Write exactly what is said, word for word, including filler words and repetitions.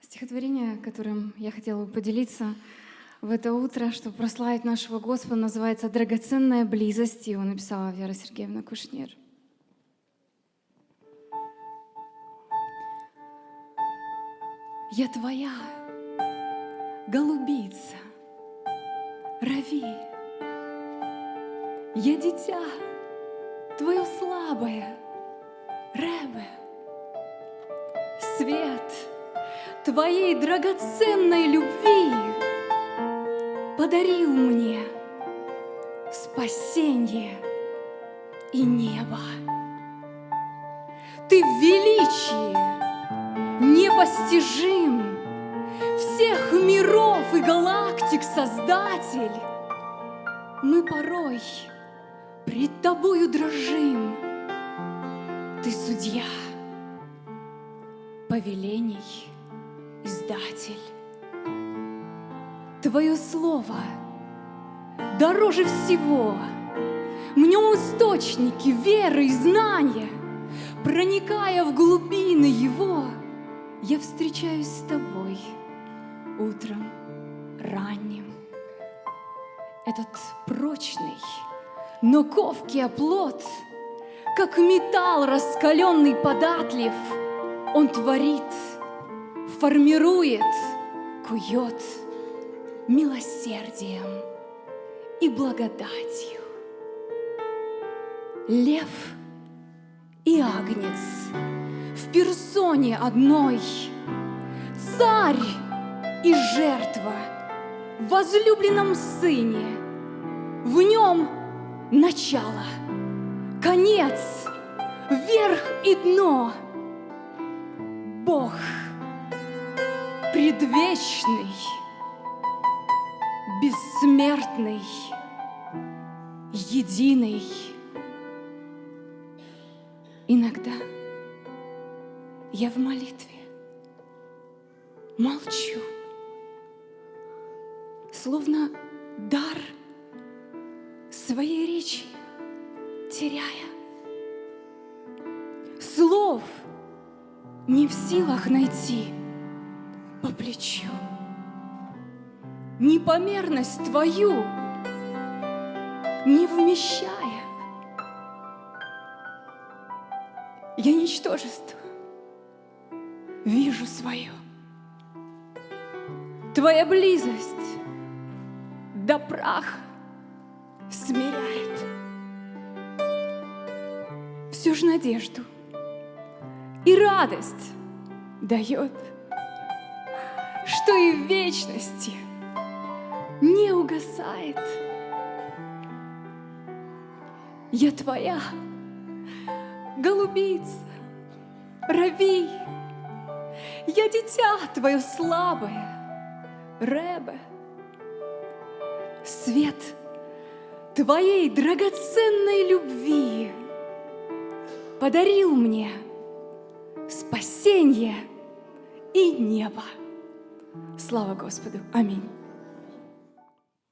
Стихотворение, которым я хотела бы поделиться в это утро, чтобы прославить нашего Господа, называется «Драгоценная близость». Его написала Вера Сергеевна Кушнир. Я твоя, голубица, Рави. Я дитя твое слабое, Ребе. Свет твоей драгоценной любви подарил мне спасенье и небо. Ты в величии непостижим, всех миров и галактик создатель. Мы порой пред тобою дрожим. Ты судья, повелений издатель. Твое слово дороже всего, в нем источники веры и знания. Проникая в глубины его, я встречаюсь с тобой утром ранним. Этот прочный, но ковкий оплот, как металл раскаленный податлив, он творит, формирует, кует милосердием и благодатью. Лев и агнец в персоне одной, царь и жертва в возлюбленном сыне. В нем начало, конец, верх и дно. Бог предвечный, бессмертный, единый. Иногда я в молитве молчу, словно дар своей речи теряя. Слов не в силах найти по плечу. Непомерность твою не вмещая, я ничтожество вижу свое. Твоя близость до праха смиряет. Все же надежду и радость дает, что и в вечности не угасает. Я твоя, голубица, Рави. Я дитя твое слабое, Ребе. Свет твоей драгоценной любви подарил мне спасенье и небо. Слава Господу! Аминь.